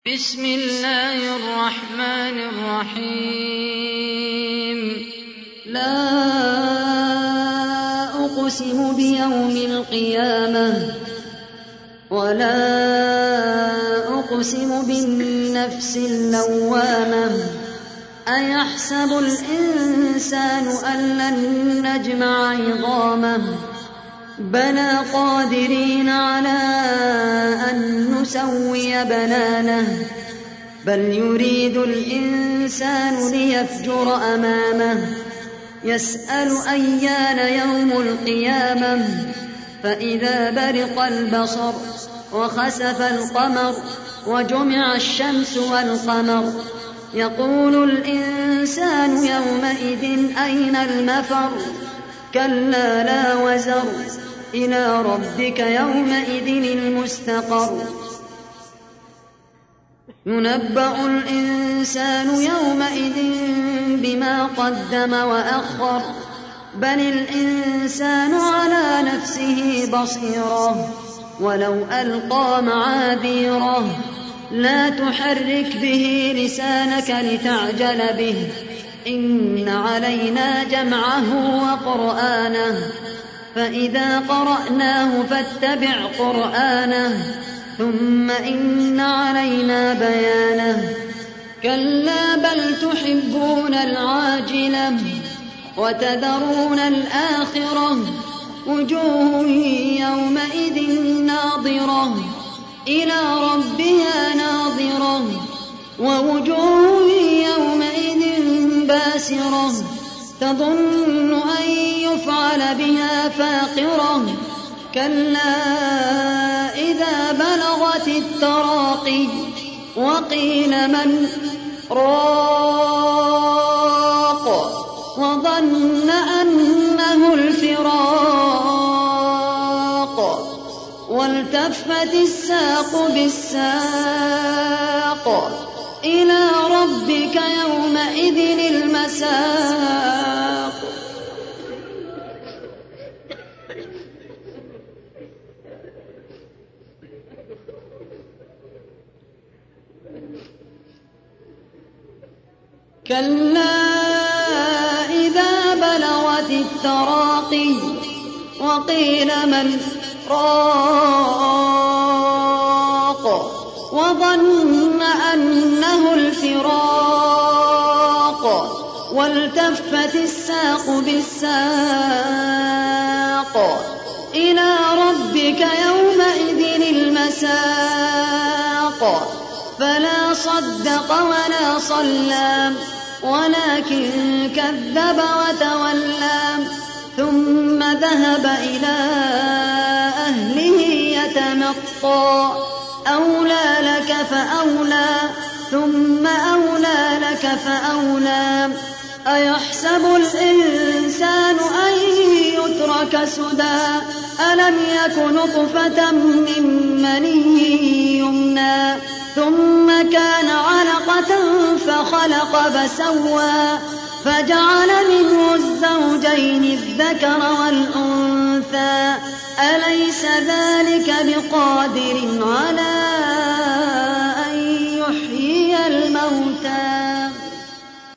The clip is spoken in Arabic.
بسم الله الرحمن الرحيم لا أقسم بيوم القيامة ولا أقسم بالنفس اللوامة أيحسب الإنسان أن لن نجمع عظامه بلى قادرين على أن نسوي بنانه بل يريد الإنسان ليفجر أمامه يسأل أيان يوم القيامة فإذا برق البصر وخسف القمر وجمع الشمس والقمر يقول الإنسان يومئذ أين المفر كلا لا وزر إلى ربك يومئذ المستقر ينبأ الإنسان يومئذ بما قدم وأخر بل الإنسان على نفسه بصيرة ولو ألقى معاذيره لا تحرك به لسانك لتعجل به إن علينا جمعه وقرآنه فإذا قرأناه فاتبع قرآنه ثم إن علينا بيانه كلا بل تحبون العاجلة وتذرون الآخرة وجوه يومئذ ناظرة إلى ربها ناظرة ووجوه يومئذ باسرة تظن أن يفعل بها فاقرة كلا إذا بلغت التراقي وقيل من راق وظن أنه الفراق والتفت الساق بالساق إلى ربك يومئذ المساق كلا إذا بلغت التراقي وقيل من راق وظن أنه الفراق والتفت الساق بالساق إلى ربك يومئذ المساق فلا صدق ولا صلى ولكن كذب وتولى ثم ذهب إلى أهله يتمطى أولى لك فأولى ثم أولى لك فأولى أيحسب الإنسان أن يترك سدى ألم يك نطفة من مني يمنى ثم كان علقة فخلق فسوى فجعل منه الزوجين الذكر والأنثى أليس ذلك بقادر على